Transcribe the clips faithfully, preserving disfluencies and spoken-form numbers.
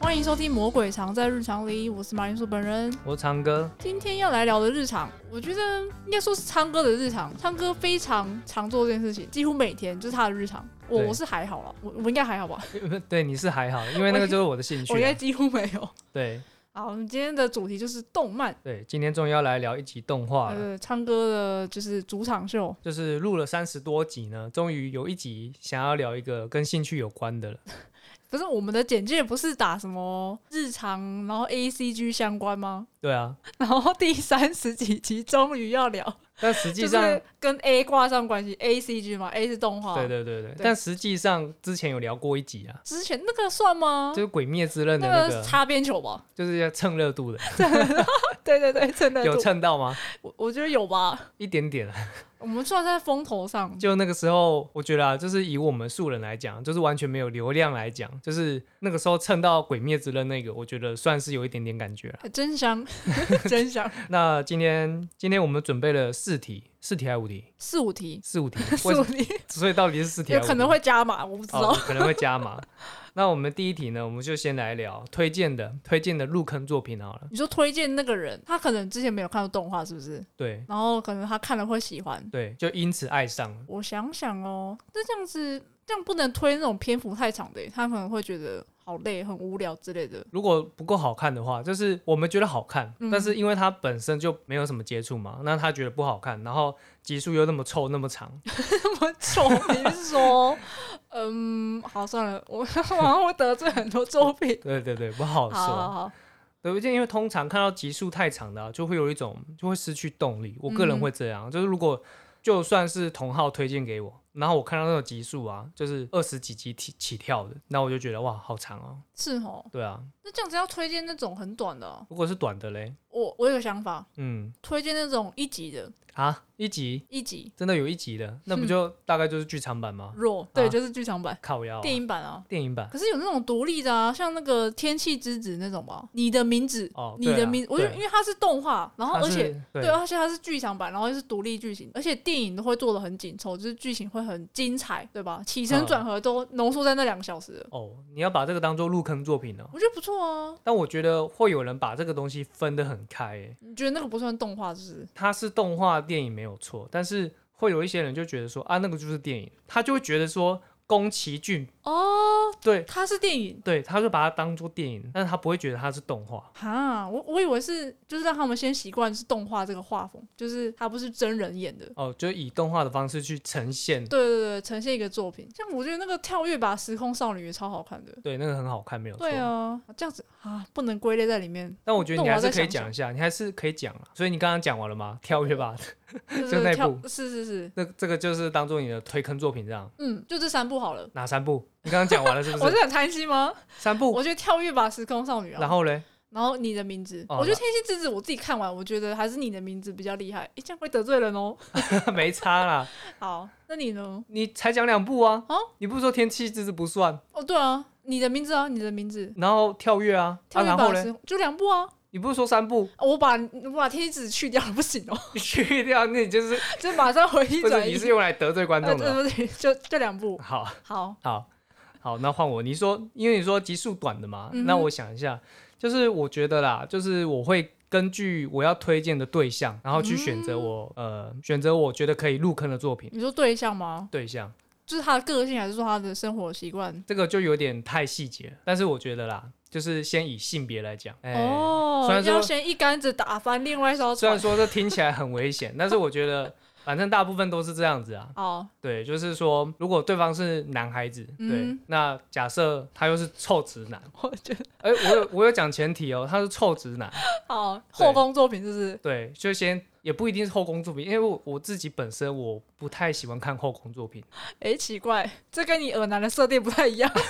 欢迎收听《魔鬼藏在日常里》，我是马铃薯本人， 我是昌哥。 今天要来聊的日常，我觉得应该说是昌哥的日常。昌哥非常常做这件事情，几乎每天就是他的日常。我我是还好啦，我我应该还好吧？ 对，你是还好，因为那个就是我的兴趣、啊。 我应该几乎没有。 对。 好，我们今天的主题就是动漫。 对，今天终于要来聊一集动画了。 呃，昌哥的就是主场秀， 就是录了三十多集呢，终于有一集想要聊一个跟兴趣有关的了。 不是我们的简介不是打什么日常，然后 A C G 相关吗？ 对啊。 然后第三十几集终于要聊， 但实际上、 就是跟 A 挂上关系 ，A C G 嘛 ，A 是动画。 对对对 对, 对。但实际上之前有聊过一集啊。 之前那个算吗？ 就是《鬼灭之刃》的那个、 那個、擦边球吧， 就是要蹭热度的。 对对对，蹭热度。 有蹭到吗？ 我我觉得有吧， 一点点。 我们算在风头上。 就那个时候，我觉得啊，就是以我们素人来讲，就是完全没有流量来讲，就是那个时候蹭到《鬼灭之刃》那个，我觉得算是有一点点感觉了。 真香，真香。 那今天今天我们准备了四题，四题还是五题？ 四五题， 四五题， 四五题。 所以到底是四题还是五题？ 有可能会加码，我不知道。 哦、可能会加码。那我们第一题呢，我们就先来聊推荐的推荐的入坑作品好了。 你说推荐那个人，他可能之前没有看过动画，是不是？ 对。 然后可能他看了会喜欢， 对，就因此爱上了。 我想想哦，那这样子，这样不能推那种篇幅太长的，他可能会觉得好累、很无聊之类的。 如果不够好看的话，就是我们觉得好看，嗯、但是因为他本身就没有什么接触嘛，那他觉得不好看，然后集数又那么臭、那么长， 那么臭？你是说？嗯，好，算了，我好像会得罪很多作品。 对对对，不好说。 好好好， 对，因为通常看到集数太长的、啊，就会有一种就会失去动力。我个人会这样，嗯、就是如果就算是同号推荐给我，然后我看到那种集数啊，就是二十几集起起跳的，那我就觉得哇，好长哦。 是哦。 对啊。 那这样子要推荐那种很短的、啊。 如果是短的嘞， 我我有个想法， 嗯， 推荐那种一集的。 啊，一集一集真的有一集的，那不就大概就是剧场版吗？ 弱、嗯，对、啊，就是剧场版， 靠腰、啊， 电影版啊， 电影版。 可是有那种独立的啊，像那个《天气之子》那种吧，你的名字， 哦， 你的名字，我觉得因为它是动画，然后而且对, 对，而且它是剧场版，然后又是独立剧情，而且电影都会做得很紧凑，就是剧情会很精彩，对吧？起承转合都浓缩在那两个小时了。 哦，你要把这个当做入坑作品哦， 我觉得不错啊。 但我觉得会有人把这个东西分得很开，哎， 你觉得那个不算动画，是不是？ 它是动画电影没有错。但是会有一些人就觉得说啊，那个就是电影，他就会觉得说宫崎骏哦， 对， 他是电影， 对，他就把它当做电影，但是他不会觉得它是动画。 哈，我我以为是就是让他们先习惯是动画这个画风，就是他不是真人演的哦，就以动画的方式去呈现， 对对对，呈现一个作品。像我觉得那个跳跃吧时空少女也超好看的， 对，那个很好看，没有错。 对啊，这样子啊，不能归类在里面。 但我觉得你还是可以讲一下，你还是可以讲了。所以你刚刚讲完了吗？跳跃吧。就那部， 是是是， 那这个就是当做你的推坑作品这样。 嗯，就这三部好了。 哪三部？你刚刚讲完了是不是？ 我是很贪心吗？ 三部， 我觉得跳跃吧时空少女啊。 然后嘞？ 然后你的名字， 哦、 我觉得天气之子我自己看完，我觉得还是你的名字比较厉害。哎，这样会得罪人哦。 没差啦。 好，那你呢？ 你才讲两部啊？ 啊？ 你不是说天气之子不算？ 哦，对啊，你的名字啊，你的名字。 然后跳跃啊， 跳跃吧时、啊、就两部啊。 你不是说三部？ 我把我把天气之子去掉了，不行哦。 你去掉，那你就是就马上回忆转移。 不是，你是用来得罪观众的、啊。 对不对？就就两部。 好， 好， 好，好，那换我。你说，因为你说集数短的嘛、嗯，那我想一下，就是我觉得啦，就是我会根据我要推荐的对象，然后去选择我、嗯、呃选择我觉得可以入坑的作品。 你说对象吗？ 对象。 就是他的个性，还是说他的生活习惯？ 这个就有点太细节了，但是我觉得啦，就是先以性别来讲。 哦，虽然说要先一竿子打翻另外一艘船。 虽然说这听起来很危险，但是我觉得反正大部分都是这样子啊。 哦， 对，就是说，如果对方是男孩子，嗯、对，那假设他又是臭直男， 我觉得， 哎、欸，我有我有讲前提哦，他是臭直男。 好，后宫作品是不是？ 对，就先。也不一定是后宫作品，因为 我, 我自己本身我不太喜欢看后宫作品。 哎、欸，奇怪，这跟你耳男的设定不太一样。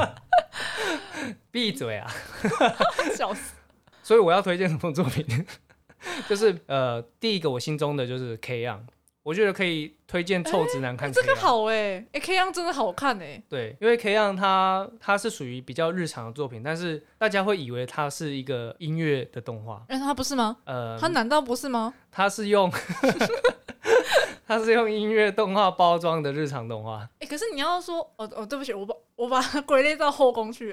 闭嘴啊！ 笑死。 所以我要推荐什么作品？就是呃，第一个我心中的就是 K-On。我觉得可以推荐臭直男看 K-On、 欸欸、这个好哎、欸，哎、欸、K-On 真的好看哎、欸。 对，因为 K-On 它它是属于比较日常的作品，但是大家会以为它是一个音乐的动画。 哎、欸，它不是吗？ 呃， 它难道不是吗？ 它是用它是用音乐动画包装的日常动画。 哎、欸，可是你要说，哦哦，对不起，我把我把它归类到后宫去了。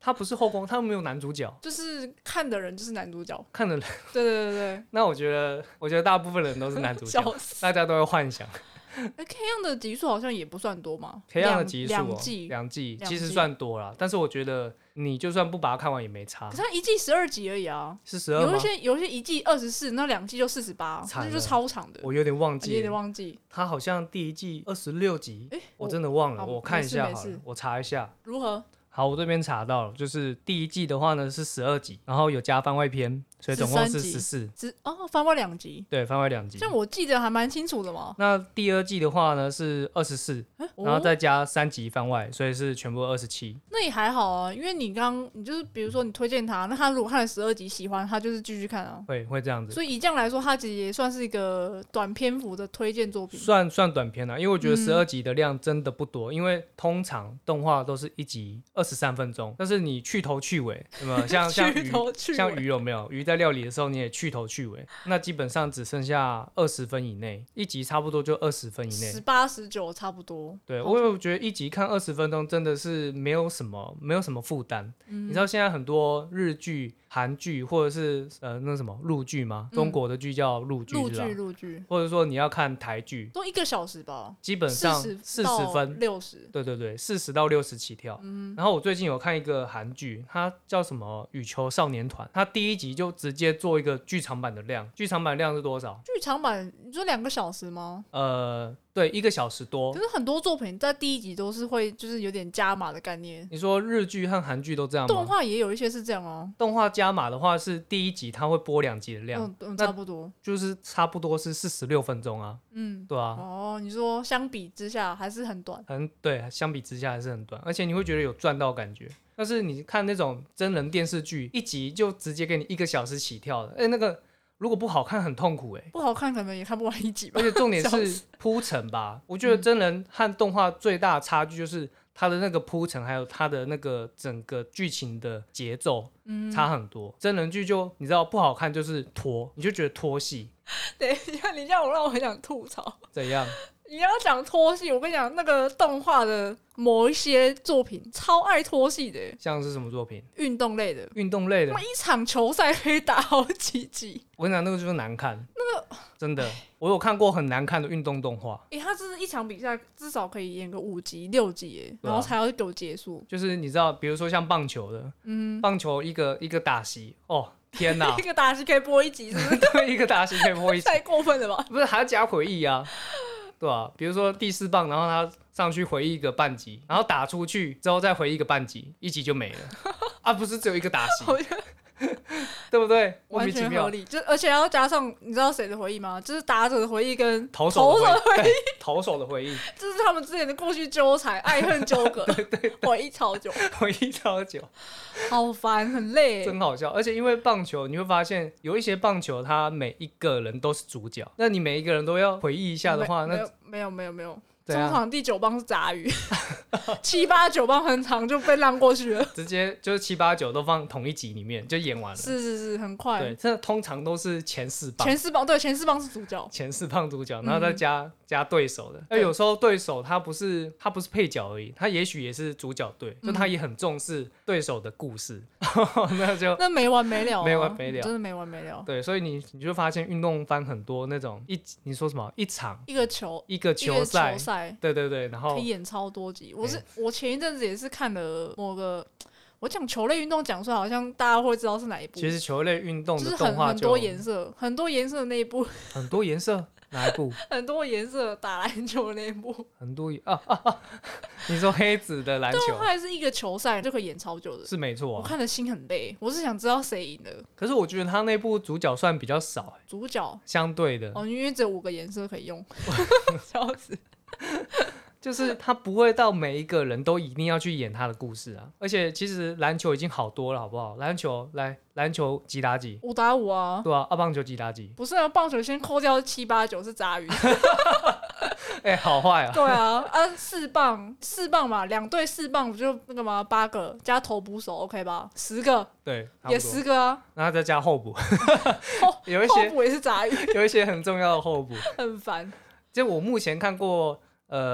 他不是后宫，他没有男主角， 就是看的人就是男主角， 看的人。 对对对对。 那我觉得，我觉得大部分人都是男主角，大家都会幻想。 哎 ，K 样的集数好像也不算多嘛 ，K 样的集数、哦、 两季， 两季其实算多啦，但是我觉得你就算不把它看完也没差。 可是它一季十二集而已啊， 是十二吗？ 有一些有一些一季二十四，那两季就四十八，那就超长的。 我有点忘记， 有点忘记。 它好像第一季二十六集， 哎， 我真的忘了， 我看一下好了，我查一下。 如何？ 好，我这边查到了，就是第一季的话呢是十二集，然后有加番外篇，所以总共是十四。 哦，番外两集。 对，番外两集。 像我记得还蛮清楚的嘛。 那第二季的话呢是二十四，然后再加三集番外，所以是全部二十七。 那也还好啊，因为你刚你就是比如说你推荐他，那他如果看了十二集喜欢，他就是继续看啊。 会会这样子。 所以以这样来说，他其实也算是一个短篇幅的推荐作品。 算算短篇啊，因为我觉得十二集的量真的不多，嗯、因为通常动画都是一集二十三分钟。但是你去头去尾，有没有像像鱼像鱼有没有鱼在料理的时候你也去头去尾，那基本上只剩下二十分以内，一集差不多就二十分以内， 十八十九差不多。 对，我有觉得一集看二十分钟真的是没有什么没有什么负担、嗯。你知道现在很多日剧、韩剧或者是呃那什么陆剧吗？中国的剧叫陆剧，陆剧陆剧， 或者说你要看台剧， 都一个小时吧， 基本上四十分六十， 对对对，四十到六十起跳、嗯。然后我最近有看一个韩剧，它叫什么羽球少年团，它第一集就直接做一个剧场版的量，剧场版量是多少？ 剧场版你说两个小时吗？ 呃，对，一个小时多。 可是很多作品在第一集都是会就是有点加码的概念。 你说日剧和韩剧都这样吗？ 动画也有一些是这样哦。 动画加码的话是第一集它会播两集的量， 嗯嗯，差不多， 就是差不多是四十六分钟啊。 嗯， 对啊。 哦，你说相比之下还是很短。 很对，相比之下还是很短，而且你会觉得有赚到感觉。但是你看那种真人电视剧，一集就直接给你一个小时起跳的，哎、欸，那个如果不好看很痛苦哎、欸， 不好看可能也看不完一集吧。 而且重点是铺陈吧，我觉得真人和动画最大的差距就是它的那个铺陈，还有它的那个整个剧情的节奏差很多。嗯、真人剧就你知道不好看就是拖，你就觉得拖戏。 等一下，你这样我让我很想吐槽。 怎样？ 你要讲拖戏，我跟你讲，那个动画的某一些作品超爱拖戏的。 像是什么作品？ 运动类的。 运动类的。 他们一场球赛可以打好几集。 我跟你讲，那个就是难看。那个真的，我有看过很难看的运动动画。 哎、欸，他这是一场比赛至少可以演个五集、六集，哎，然后才要给我结束。 就是你知道，比如说像棒球的，嗯，棒球一个一个打席，哦。天哪！ 一个打戏可以播一集是不是？ 对，一个打戏可以播一集， 太过分了吧？ 不是，还要加回忆啊，对吧、啊？比如说第四棒，然后他上去回忆一个半集，然后打出去之后再回忆一个半集，一集就没了啊！不是只有一个打戏，对不对？ 完全合理，就而且要加上，你知道谁的回忆吗？就是打者的回忆跟投手的回忆， 投手的回忆， 这是他们之前的过去纠缠、爱恨纠葛，对对对，回忆超久， 回忆超久， 好烦，很累， 真好笑。而且因为棒球，你会发现有一些棒球，他每一个人都是主角，那你每一个人都要回忆一下的话，那没有没有没有。通常第九棒是杂鱼，七八九棒很长就被浪过去了， 直接就是七八九都放同一集里面就演完了。 是是是，很快。 对，这通常都是前四棒。 前四棒对，前四棒是主角， 前四棒主角，然后再加、嗯、加对手的。那有时候对手他不是他不是配角而已，他也许也是主角队，就他也很重视对手的故事，嗯、那就那没完没了、啊， 没完没了， 真的没完没了。 对，所以你你就发现运动番很多那种一你说什么一场一个球一个球赛，对对对。然后可以演超多集，我是、欸、我前一阵子也是看了某个，我讲球类运动讲出来，好像大家会知道是哪一部。 其实球类运动的动画就、就是、很很多颜色，很多颜色的那一部。 很多颜色哪一部？ 很多颜色打篮球的那一部。 很多啊啊啊！你说黑子的篮球？ 对，还是一个球赛就可以演超久的， 是没错、啊。 我看的心很累，我是想知道谁赢了。 可是我觉得他那部主角算比较少、欸， 主角相对的哦，因为只有五个颜色可以用，笑死。 就是他不会到每一个人都一定要去演他的故事啊，而且其实篮球已经好多了，好不好？篮球来，篮球几打几？ 五打五啊。 对啊，啊棒球几打几？ 不是啊，棒球先扣掉七八九是杂鱼。 哎、欸，好坏啊！ 对啊，啊四棒四棒嘛，两队四棒不就那个吗？八个加投捕手 ，OK 吧？十个， 对， 也十个啊。 然后再加候补，有一些候补也是杂鱼， 有一些很重要的候补， 很烦。 就我目前看过。呃，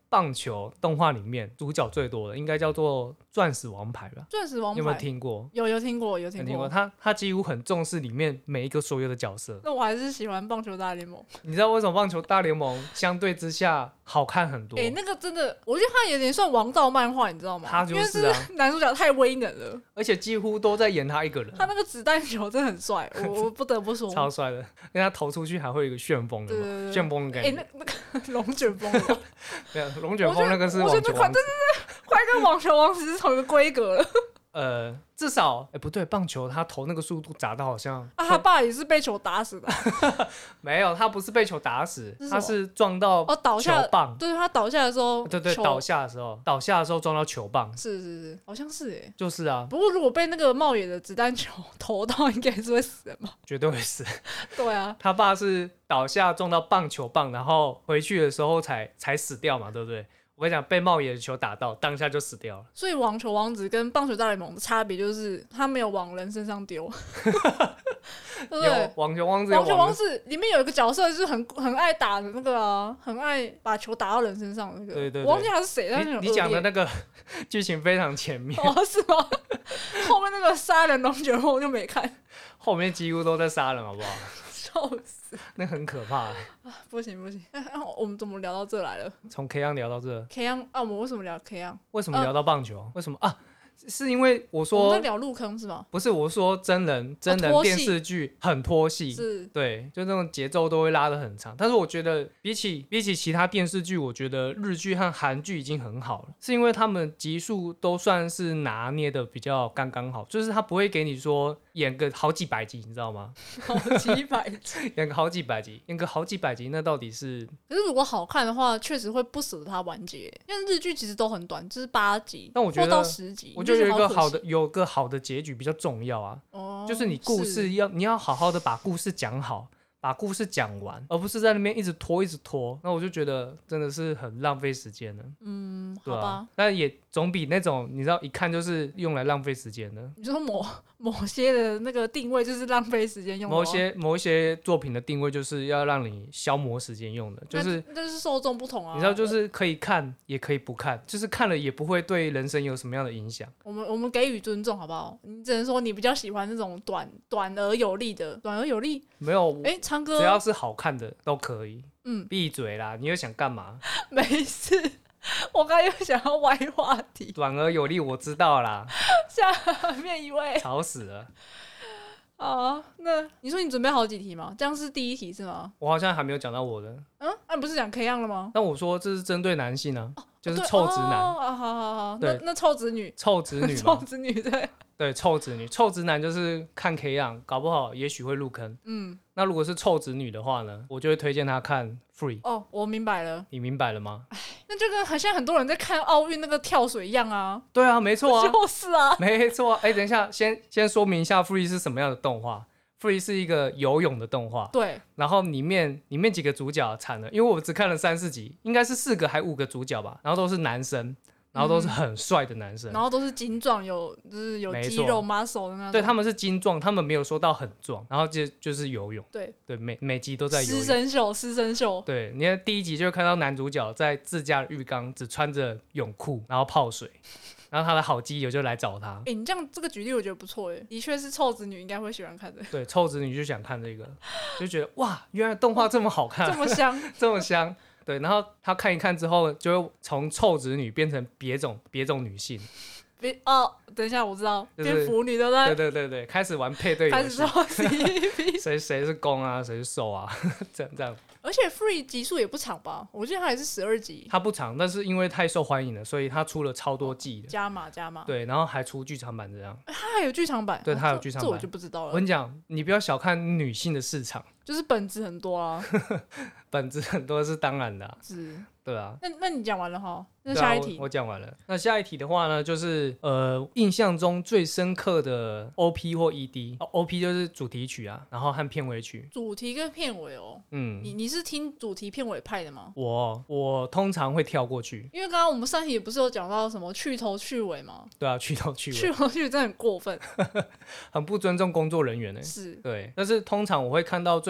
棒球动画里面主角最多的应该叫做钻石王牌吧？ 钻石王牌你有没有听过？ 有有听过有听过。 有听过他他几乎很重视里面每一个所有的角色。 那我还是喜欢棒球大联盟。 你知道为什么棒球大联盟相对之下好看很多？ 哎、欸，那个真的，我觉得他有点算王道漫画，你知道吗？ 他就是啊， 因为男主角太威能了， 而且几乎都在演他一个人。 他那个子弹球真的很帅，我我不得不说， 超帅的，因为他投出去还会有一个旋风的嘛，对对对，旋风的感觉。 哎、欸，那那个龙卷风， 没有龙卷风那个是网球王子， 对对对，快跟网球王子是同一个规格了。 呃，至少哎、欸、不对，棒球他投那个速度砸到好像啊，他爸也是被球打死的。 没有，他不是被球打死，是他是撞到哦倒下球棒。 对，他倒下的时候， 对对，倒下的时候，倒下的时候撞到球棒。 是是是，好像是哎， 就是啊。 不过如果被那个茂野的子弹球投到，应该是会死的嘛？ 绝对会死。 对啊， 他爸是倒下撞到棒球棒，然后回去的时候才才死掉嘛，对不对？我跟你讲，被茂野的球打到，当下就死掉了。 所以网球王子跟棒球大联盟的差别就是他没有往人身上丢。对不对？ 网球王子有网球王子里面有一个角色，就是很很爱打的那个啊，很爱把球打到人身上的那个。 对对对， 我忘记他是谁，但是你讲的那个剧情非常前面。 哦，是吗？后面那个杀人龙卷风我就没看。 后面几乎都在杀人，好不好？ 笑死！ 那很可怕、欸啊！不行不行、啊，我们怎么聊到这来了？ 从 K 样聊到这 ，K 样啊，我们为什么聊 K 样？ 为什么聊到棒球？呃、为什么啊？是因为我说我们在聊入坑是吗？ 不是，我说真人真人电视剧很拖戏， 是， 对，就那种节奏都会拉得很长。但是我觉得比起比起其他电视剧，我觉得日剧和韩剧已经很好了，是因为他们集数都算是拿捏的比较刚刚好，就是他不会给你说演个好几百集，你知道吗？ 好几百集， 演个好几百集，演个好几百集，那到底是？ 可是如果好看的话，确实会不舍得它完结，因为日剧其实都很短，就是八集， 但我觉得到十集， 我觉得有一个好的有个好的结局比较重要啊。哦，就是你故事要你要好好的把故事讲好。把故事讲完，而不是在那边一直拖一直拖，那我就觉得真的是很浪费时间了。 嗯， 对啊、 好吧， 但也总比那种你知道一看就是用来浪费时间的。 你说某某些的那个定位就是浪费时间用的， 某些某一些作品的定位就是要让你消磨时间用的，就是那就是受众不同啊。 你知道，就是可以看也可以不看，就是看了也不会对人生有什么样的影响。 我们我们给予尊重好不好？你只能说你比较喜欢那种短短而有力的，短而有力。 没有， 哎，唱歌只要是好看的都可以。 嗯， 闭嘴啦！你又想干嘛？ 没事，我刚才又想要歪话题。 短而有力，我知道啦。 下面一位， 吵死了。 啊，那你说你准备好几题吗？这样是第一题是吗？ 我好像还没有讲到我的。 嗯，那、啊、你不是讲 K 样了吗？ 但我说这是针对男性啊， 哦、 就是臭直男。 哦，好好好， 对， 那那臭直女， 臭直女嘛， 臭直女对。 对，臭直女，臭直男就是看 K 样，搞不好也许会入坑。嗯，那如果是臭直女的话呢，我就会推荐他看 Free。 哦，我明白了。 你明白了吗？ 哎，那就跟好像很多人在看奥运那个跳水一样啊。 对啊，没错啊， 就是啊， 没错啊。哎，等一下，先先说明一下 Free 是什么样的动画。Free 是一个游泳的动画， 对。 然后里面里面几个主角惨了，因为我只看了三四集，应该是四个还五个主角吧，然后都是男生。然后都是很帅的男生、 嗯，然后都是精壮，有就是有肌肉 muscle 的那种。 对，他们是精壮，他们没有说到很壮，然后就就是游泳。 对对， 每每集都在游泳。 师生秀，师生秀。 对，你看第一集就会看到男主角在自家的浴缸只穿着泳裤，然后泡水，然后他的好基友就来找他。 哎、欸，你这样这个举例我觉得不错哎，的确是臭子女应该会喜欢看的。 对，臭子女就想看这个，就觉得哇，原来动画这么好看， 这么香， 这么香。对，然后他看一看之后，就会从臭直女变成别种别种女性。 别哦，等一下，我知道， 就是、 变腐女对不对？ 对对对对，开始玩配对游戏， 开始做 C P， 谁谁是攻啊，谁是受啊，这样这样。 而且 Free 集数也不长吧？我记得它也是十二集。 它不长，但是因为太受欢迎了，所以它出了超多季的。 加码加码。对， 然后还出剧场版这样。 它还有剧场版？ 对，它有剧场版、 哦这，这我就不知道了。 我跟你讲，你不要小看女性的市场， 就是本质很多啊。 本质很多是当然的、啊。 是。 对啊。 那那你讲完了哈？那下一题、 啊、我, 我讲完了。那下一题的话呢，就是呃，印象中最深刻的 O P 或 E D、哦、O P 就是主题曲啊，然后和片尾曲。 主题跟片尾哦。嗯。你你是听主题片尾派的吗？ 我我通常会跳过去， 因为刚刚我们上题不是有讲到什么去头去尾吗？ 对啊，去头去尾。 去头去尾真的很过分， 很不尊重工作人员呢、欸。 是。 对，但是通常我会看到最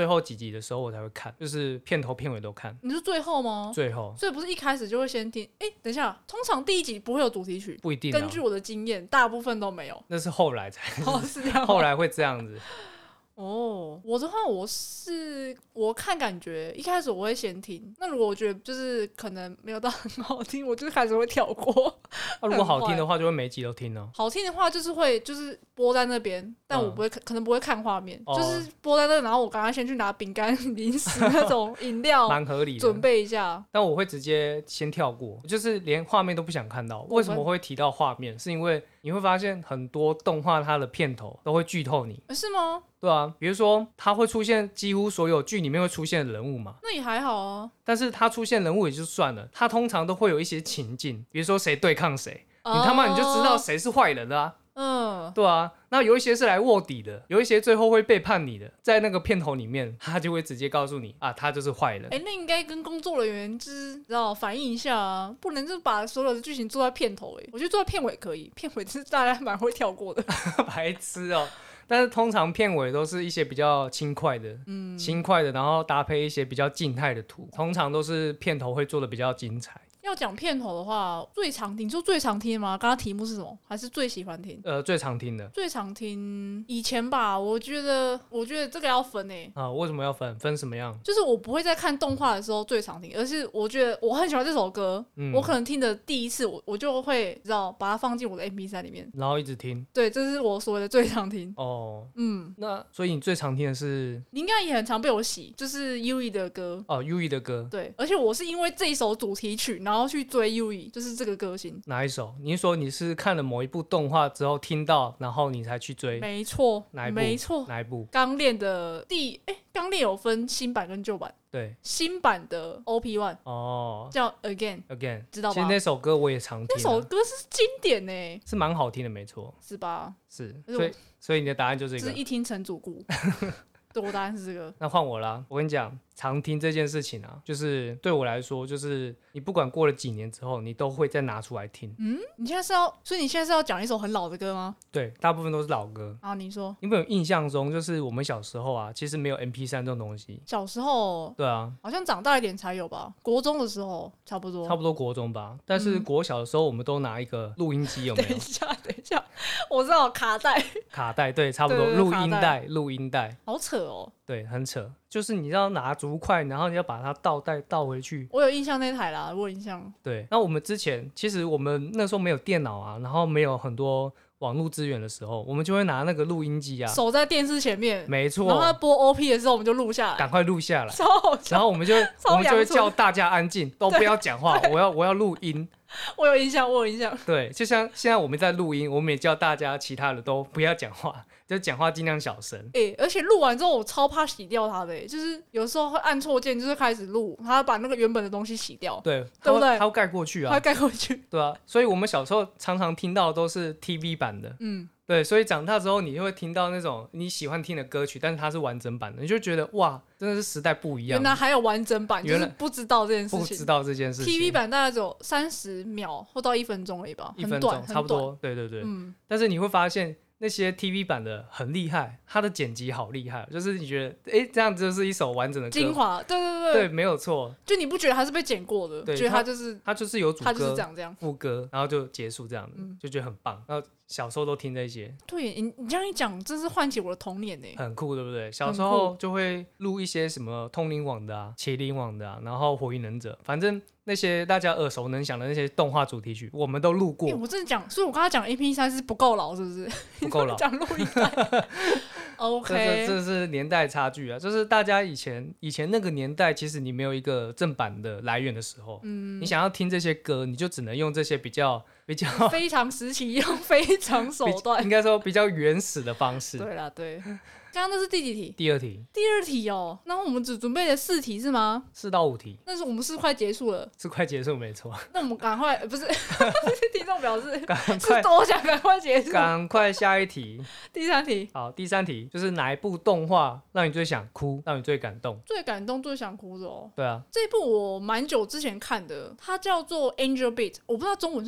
后几集的时候我才会看，就是片头片尾都看。 你是最后吗？ 最后， 所以不是一开始就会先听？哎，等一下，通常第一集不会有主题曲， 不一定、啊。 根据我的经验，大部分都没有。 那是后来才哦，是这样。 后来会这样子。 哦，我的话，我是我看感觉，一开始我会先听。那如果我觉得就是可能没有到很好听，我就开始会跳过。 那、啊、如果好听的话，就会每集都听呢、 好听的话，就是会就是播在那边，但我不会、嗯、可能不会看画面、哦，就是播在那，然后我赶快先去拿饼干、零食那种饮料， 蛮合理的， 准备一下。 但我会直接先跳过，就是连画面都不想看到。为什么会提到画面？是因为你会发现很多动画它的片头都会剧透你， 是吗？ 对啊，比如说它会出现几乎所有剧里面会出现的人物嘛， 那也还好啊。 但是它出现人物也就算了，它通常都会有一些情境，比如说谁对抗谁，哦、你他妈你就知道谁是坏人了啊。嗯，对啊，那有一些是来卧底的，有一些最后会背叛你的，在那个片头里面，他就会直接告诉你啊，他就是坏人。 哎、欸，那应该跟工作人员就是知道反映一下啊，不能就把所有的剧情做在片头。哎，我觉得做在片尾可以，片尾是大家蛮会跳过的。 白痴哦。但是通常片尾都是一些比较轻快的，嗯，轻快的，然后搭配一些比较静态的图，通常都是片头会做的比较精彩。 要讲片头的话，最常听，你说最常听吗？刚刚题目是什么？还是最喜欢听？ 呃，最常听的。 最常听以前吧，我觉得，我觉得这个要分诶。 啊，为什么要分？分什么样？ 就是我不会在看动画的时候最常听，而是我觉得我很喜欢这首歌，嗯、我可能听的第一次我，我就会知道把它放进我的 M P 三 里面， 然后一直听。 对，这是我所谓的最常听。 哦，嗯，那所以你最常听的是？ 你应该也很常被我洗，就是 U E 的歌。 哦 ，U E 的歌。 对，而且我是因为这一首主题曲，然后去追 U E。就是这个歌星。 哪一首？你是说你是看了某一部动画之后听到，然后你才去追？ 没错， 哪一部？ 没错， 哪一部？ 钢炼的第哎，钢炼有分新版跟旧版。 对， 新版的 O P 一 哦，叫 Again Again， 知道吧？ 其实那首歌我也常听， 那首歌是经典呢、欸， 是蛮好听的，没错， 是吧？ 是，所以所以你的答案就是这个， 是一听成主顾。对，我答案是这个。 那换我啦，我跟你讲，常听这件事情啊，就是对我来说，就是你不管过了几年之后，你都会再拿出来听。 嗯，你现在是要，所以你现在是要讲一首很老的歌吗？ 对，大部分都是老歌。 啊，你说， 你有没有印象中，就是我们小时候啊，其实没有 M P 三 这种东西。 小时候， 对啊， 好像长大一点才有吧？国中的时候差不多， 差不多国中吧。但是国小的时候，我们都拿一个录音机，有没有？ 等一下，等一下，我知道卡带， 卡带，对，差不多，录音带，录音带， 好扯哦。 对，很扯，就是你要拿竹筷，然后你要把它倒带倒回去。 我有印象那台啦，我有印象。 对，那我们之前其实我们那时候没有电脑啊，然后没有很多网络资源的时候，我们就会拿那个录音机啊， 守在电视前面， 没错， 然后他播 O P 的时候，我们就录下来， 赶快录下来， 超好笑。 然后我们就我们就会叫大家安静，都不要讲话，我要我要录音。 我有印象，我有印象。 对，就像现在我们在录音，我们也叫大家其他的都不要讲话，就讲话尽量小声。 哎、欸，而且录完之后，我超怕洗掉它的、欸，就是有时候会按错键，就是开始录，他把那个原本的东西洗掉， 对， 对不对？ 它会盖过去啊， 它盖过去， 对啊。所以我们小时候常常听到的都是 T V 版的，嗯。对，所以长大之后你就会听到那种你喜欢听的歌曲，但是它是完整版的，你就觉得哇，真的是时代不一样。 原来还有完整版，就是不知道这件事情。 不知道这件事情。 T V 版大概只有三十秒或到一分钟而已吧， 一分钟差不多。对对对，嗯。但是你会发现那些 T V 版的很厉害，它的剪辑好厉害，就是你觉得哎，这样子就是一首完整的歌精华。对对对对，没有错。 就你不觉得它是被剪过的，觉得它就是它就是有主歌， 它就是这样这样副歌，然后就结束这样的，嗯、就觉得很棒。然后小时候都听这些， 对你你这样一讲，真是唤起我的童年呢， 很酷，对不对？小时候就会录一些什么通灵网的啊、麒麟网的啊，然后火影忍者，反正那些大家耳熟能详的那些动画主题曲，我们都录过。 欸、我真的讲，所以我刚才讲 A P 三 是不够老，是不是？ 不够老， 讲录音带。OK， 这, 这是年代差距啊！就是大家以前以前那个年代，其实你没有一个正版的来源的时候，嗯，你想要听这些歌，你就只能用这些比较比较非常时期用非常手段， 应该说比较原始的方式。 对啦，对。刚刚那是第几题？ 第二题。 第二题哦，那我们只准备了四题是吗？ 四到五题。 但是我们是快结束了。 是快结束，没错。 那我们赶快，不是听众表示，是多想赶快结束。 赶快下一题。 第三题。 好，第三题就是哪一部动画让你最想哭，让你最感动？ 最感动、最想哭的哦。 对啊。 这部我蛮久之前看的，它叫做 Angel Beat， 我不知道中文是什么哎。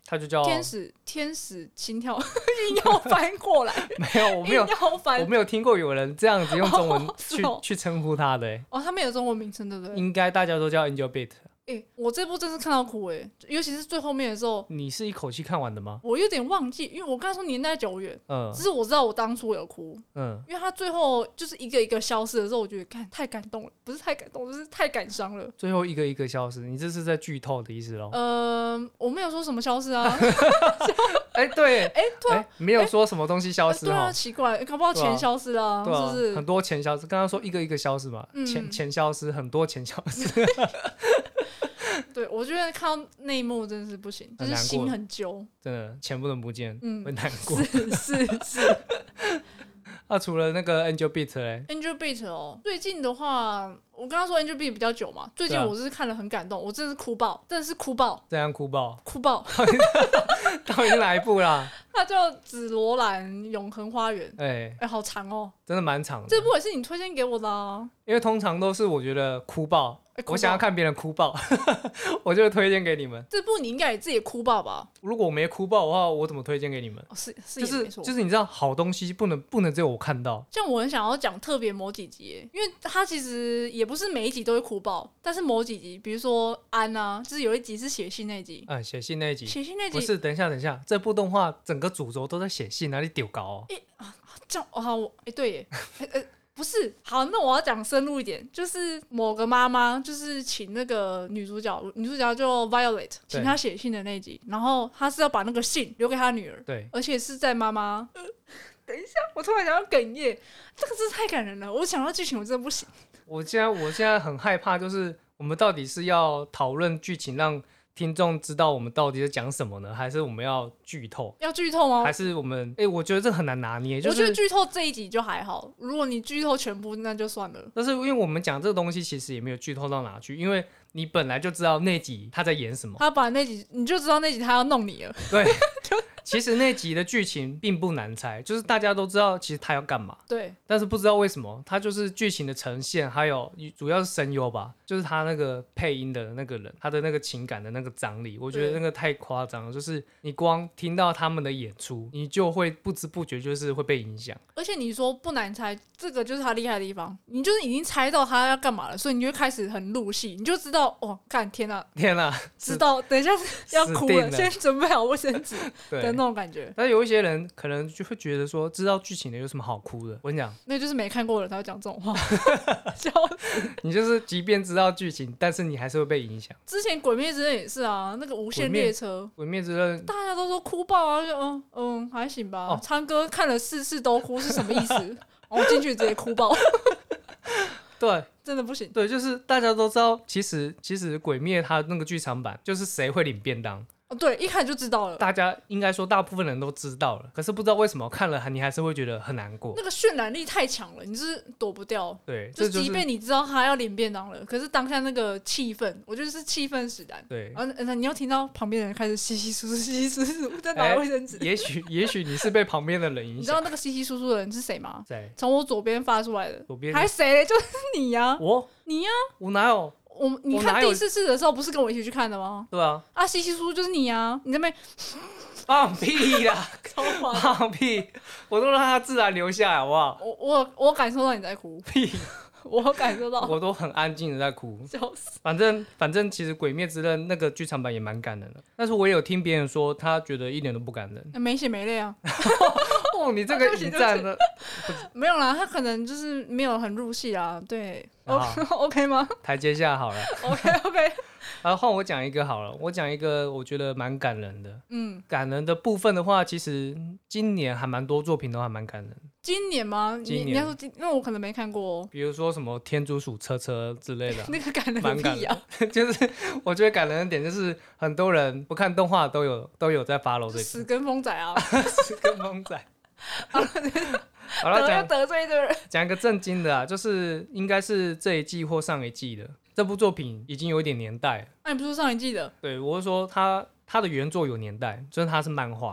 它就叫天使天使心跳，硬要翻过来， 没有，我没有硬要翻， 我没有听过有人这样子用中文哦去、 是哦去称呼它的、欸， 哦，他们有中文名称对不对？ 应该大家都叫 Angel Beat。 哎、欸，我这部真是看到哭哎、欸，尤其是最后面的时候， 你是一口气看完的吗？ 我有点忘记，因为我刚才说年代久远， 嗯， 只是我知道我当初有哭， 嗯， 因为他最后就是一个一个消失的时候，我觉得看太感动了，不是太感动，就是太感伤了。 最后一个一个消失，你这是在剧透的意思咯？ 呃，我没有说什么消失啊， 哎、欸，对， 哎、欸，对啊、欸， 没有说什么东西消失哈、 欸，对啊，奇怪，欸、搞不好钱消失啊， 对啊， 是不是？ 很多钱消失，刚刚说一个一个消失嘛，嗯、钱钱消失，很多钱消失。 对，我觉得看到那一幕真的是不行，就是心很揪， 真的钱不能不见，嗯，会难过。 是是是。 那、啊、除了那个 Angel Beat 嘞 ？Angel Beat 哦，最近的话，我刚刚说 Angel Beat 比较久嘛，最近我是看了很感动，啊、我真的是哭爆，真的是哭爆。 这样哭爆？ 哭爆！ 到底是哪一部啦？ 它叫《紫罗兰永恒花园》。哎、欸、哎、欸，好长哦， 真的蛮长的。 这部也是你推荐给我的啊。 因为通常都是我觉得哭爆。欸、我想要看别人哭爆，我就推荐给你们。 这部你应该也自己哭爆吧？ 如果我没哭爆的话，我怎么推荐给你们？ 哦、是是就是就是你知道，好东西不能不能只有我看到。 像我很想要讲特别某几集，因为它其实也不是每一集都会哭爆，但是某几集，比如说安啊，就是有一集是写信那集。 嗯，写信那一集。 写信那集不是，等一下等一下，这部动画整个主轴都在写信，哪里丢高哦？ 哎、欸、啊，这样啊，我哎、欸、对耶，哎、欸。欸不是，好，那我要讲深入一点，就是某个妈妈就是请那个女主角，女主角叫 Violet， 请她写信的那一集，然后她是要把那个信留给她女儿， 对， 而且是在妈妈、呃，等一下，我突然想要哽咽，这个真是太感人了，我想到剧情我真的不行。 我现在我现在很害怕，就是我们到底是要讨论剧情让听众知道我们到底在讲什么呢？还是我们要剧透？ 要剧透吗？ 还是我们哎、欸，我觉得这很难拿捏。就是、 我觉得剧透这一集就还好，如果你剧透全部，那就算了。 但是因为我们讲这个东西，其实也没有剧透到哪去，因为你本来就知道那集他在演什么。 他把那集你就知道那集他要弄你了。 对。其实那集的剧情并不难猜，就是大家都知道其实他要干嘛， 对， 但是不知道为什么他就是剧情的呈现，还有主要是声优吧，就是他那个配音的那个人，他的那个情感的那个张力，我觉得那个太夸张了，就是你光听到他们的演出，你就会不知不觉就是会被影响。 而且你说不难猜，这个就是他厉害的地方，你就是已经猜到他要干嘛了，所以你就开始很入戏，你就知道哦，看天啊天啊， 知道等一下要哭了，先准备好卫生纸的那种感觉。 但是有一些人可能就会觉得说，知道剧情的有什么好哭的？我跟你讲， 那就是没看过的人才会讲这种话，笑死！ 你就是即便知道剧情，但是你还是会被影响。 之前《鬼灭之刃》也是啊，那个无限列车， 《鬼灭之刃》 大家都说哭爆啊，就嗯嗯还行吧。哦、昌哥看了四次都哭是什么意思？我进去直接哭爆。 对， 真的不行。 对，就是大家都知道，其实其实《鬼灭》它那个剧场版就是谁会领便当。 哦、对，一看就知道了。 大家应该说大部分人都知道了，可是不知道为什么看了你还是会觉得很难过。 那个渲染力太强了，你就是躲不掉。 对， 就即便你知道他要领便当了，可是当下那个气氛，我觉得是气氛使然。 对， 然后、呃、你要听到旁边的人开始稀稀疏疏、稀稀疏疏在拿卫生纸。 欸、也许也许你是被旁边的人影响。 你知道那个稀稀疏疏的人是谁吗？ 谁？ 从我左边发出来的。 左边？ 还谁？就是你呀、啊！ 我？ 你呀、 啊？我哪有？ 我你看第四次的时候不是跟我一起去看的吗？ 对啊， 啊，稀稀疏疏就是你啊，你那边放屁啦，放屁，我都让他自然流下来好不好？ 我我我感受到你在哭， 屁， 我感受到， 我都很安静的在哭， 笑死。 反正反正其实《鬼灭之刃》那个剧场版也蛮感人的，但是我也有听别人说他觉得一点都不感人， 没血没泪啊。 哦，你这个引战的， 没有啦，他可能就是没有很入戏啊，对。OK 吗？ 台阶下好了。 OK OK。 然后换我讲一个好了，我讲一个我觉得蛮感人的。 嗯， 感人的部分的话，其实今年还蛮多作品都还蛮感人。 今年吗？ 今年你你要说今，因为我可能没看过哦。 比如说什么天竺鼠车车之类的， 那个感人蛮感人啊。 就是我觉得感人的点就是很多人不看动画都有都有在 follow 这个。 死跟风仔啊！ 死跟风仔。好了，讲得罪的人， 讲一个正经的啊，就是应该是这一季或上一季的这部作品已经有一点年代了。 那、啊、你不是说上一季的？ 对，我是说它它的原作有年代，就是它是漫画。 哦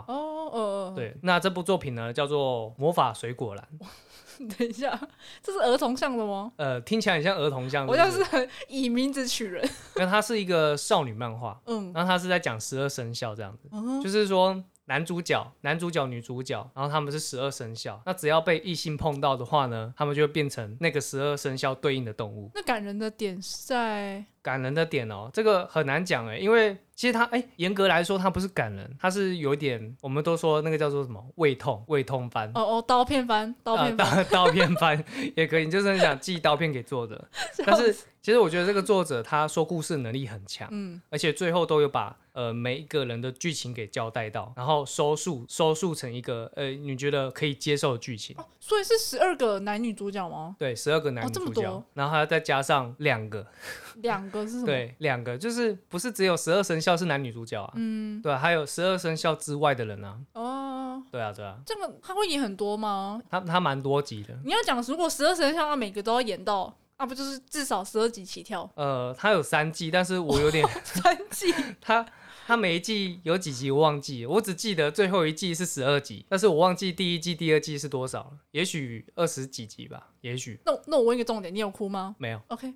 哦，呃， 对，那这部作品呢叫做《魔法水果篮》。 等一下，这是儿童向的吗？ 呃，听起来很像儿童向， 我像是很以名字取人。 因为它是一个少女漫画， 嗯， 然后它是在讲十二生肖这样子， 嗯就是说男主角、男主角、女主角，然后他们是十二生肖，那只要被异性碰到的话呢，他们就会变成那个十二生肖对应的动物。 那感人的点是在感人的点哦，这个很难讲哎，因为其实它哎，严格来说它不是感人，它是有一点，我们都说那个叫做什么胃痛，胃痛番。 哦哦，刀片番，刀片番， 啊、刀, 刀片番也可以，你就是很想寄刀片给作者。但是其实我觉得这个作者他说故事能力很强，嗯，而且最后都有把呃每一个人的剧情给交代到，然后收束收束成一个呃你觉得可以接受的剧情。 哦，所以是十二个男女主角吗？ 对，十二个男女主角， 哦， 然后还要再加上两个， 两个是什么？ 对，两个就是不是只有十二生肖是男女主角啊？嗯，对啊，还有十二生肖之外的人啊。哦，对啊，对啊， 这个他会演很多吗？ 他他蛮多集的。 你要讲如果十二生肖，他每个都要演到。啊，不就是至少十二集起跳？ 呃，它有三季，但是我有点三季， 它它每一季有几集我忘记了，我只记得最后一季是十二集，但是我忘记第一季、第二季是多少了，也许二十几集吧，也许。 那那我问一个重点，你有哭吗？ 没有。 OK，OK，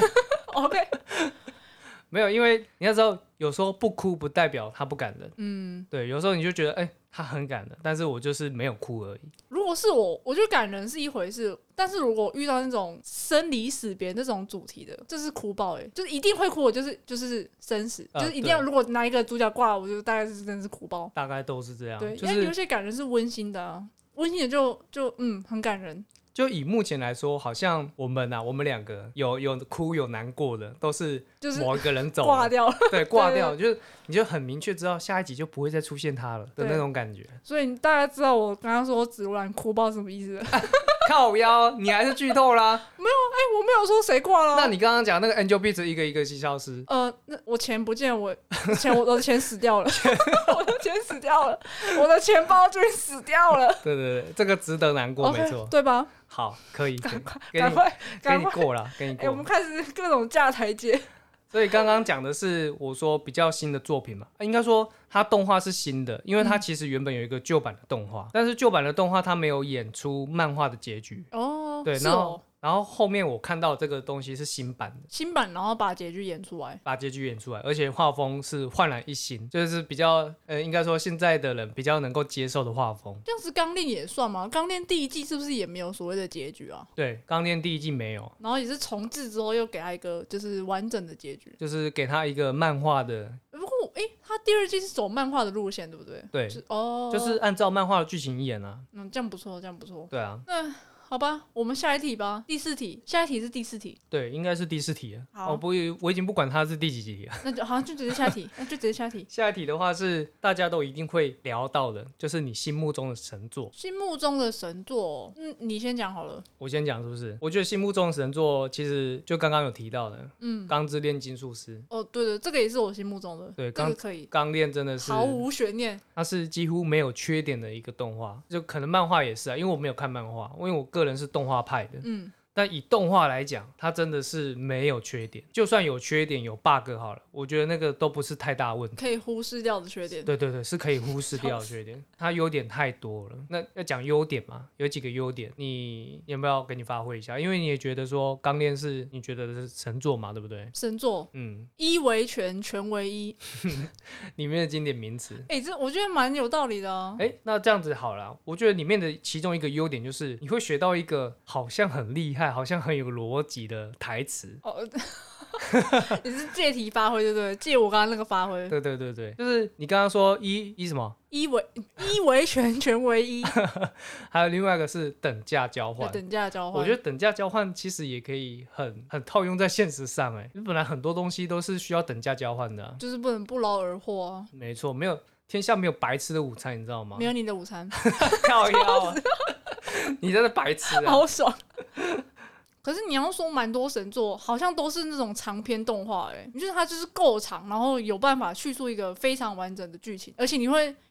okay. 没有，因为你要知道，有时候不哭不代表他不感人。嗯，对，有时候你就觉得，哎、欸，他很感人，但是我就是没有哭而已。 如果是我，我觉得感人是一回事，但是如果遇到那种生离死别那种主题的，这是哭爆哎、欸，就是一定会哭，我就是就是生死，呃、就是一定要，如果哪一个主角挂了，我就大概是真的是哭爆， 大概都是这样。 对， 就是、 因为有些感人是温馨的啊，温馨的就就嗯很感人。 就以目前来说，好像我们啊，我们两个有有哭有难过的，都是某一个人走了挂掉了， 对，挂掉，就是你就很明确知道下一集就不会再出现他了的那种感觉。 所以你大概知道我刚刚说紫罗兰哭爆什么意思了？ 靠腰，你还是剧透啦？ 没有，哎、欸，我没有说谁挂了。 那你刚刚讲那个 Angel Beats 一个一个消失， 呃，那我钱不见，我钱我的钱死掉了，我的钱死掉了，我的钱包君死掉了。 对对对，这个值得难过， okay, 没错， 对吧？ 好，可以， 赶快，赶快， 给你过了，给你过。 哎、欸，我们开始各种架台阶。 所以刚刚讲的是我说比较新的作品嘛，应该说它动画是新的，因为它其实原本有一个旧版的动画，嗯、但是旧版的动画它没有演出漫画的结局。 哦， 对，然后。然后后面我看到这个东西是新版的， 新版，然后把结局演出来， 把结局演出来，而且画风是焕然一新，就是比较呃，应该说现在的人比较能够接受的画风。 这样子钢炼也算吗？钢炼第一季是不是也没有所谓的结局啊？ 对，钢炼第一季没有， 然后也是重置之后又给他一个就是完整的结局， 就是给他一个漫画的。 不过哎，他第二季是走漫画的路线，对不对？ 对， 就是、哦， 就是按照漫画的剧情演啊。 嗯，这样不错，这样不错。 对啊， 那。好吧，我们下一题吧，第四题，下一题是第四题， 对，应该是第四题了。 好， 我不，我已经不管它是第几题了。 那就好，就直接下一题，那就直接下一题。 下一题的话是大家都一定会聊到的，就是你心目中的神作。 心目中的神作，嗯，你先讲好了。 我先讲是不是？我觉得心目中的神作其实就刚刚有提到的，嗯，钢之炼金术师。 哦，对对，这个也是我心目中的。 对， 这个可以。 钢炼真的是毫无悬念， 它是几乎没有缺点的一个动画，就可能漫画也是啊，因为我没有看漫画，因为我个人是动画派。嗯，但以动画来讲，它真的是没有缺点。就算有缺点、有 bug 好了，我觉得那个都不是太大问题， 可以忽视掉的缺点。 对对对，是可以忽视掉的缺点。它优点太多了。那要讲优点嘛，有几个优点，你要不要给你发挥一下？因为你也觉得说钢炼是你觉得是神作嘛，对不对？ 神作，嗯，一为全，全为一， 里面的经典名词。 哎、欸，这我觉得蛮有道理的啊。 哎、欸，那这样子好了，我觉得里面的其中一个优点就是你会学到一个好像很厉害、好像很有逻辑的台词。哦， 你是借题发挥，对不对？借我刚刚那个发挥。 对对对对，就是你刚刚说一一什么？ 一为一为全，全为一。 还有另外一个是等价交换。 等价交换， 我觉得等价交换其实也可以很很套用在现实上。哎，本来很多东西都是需要等价交换的、啊， 就是不能不劳而获啊。 没错，没有天下没有白吃的午餐，你知道吗？ 没有你的午餐。 靠腰啊！你真的白痴啊！ 好爽。可是你要说蛮多神作，好像都是那种长篇动画，哎，你觉得它就是够长，然后有办法叙述一个非常完整的剧情，而且你会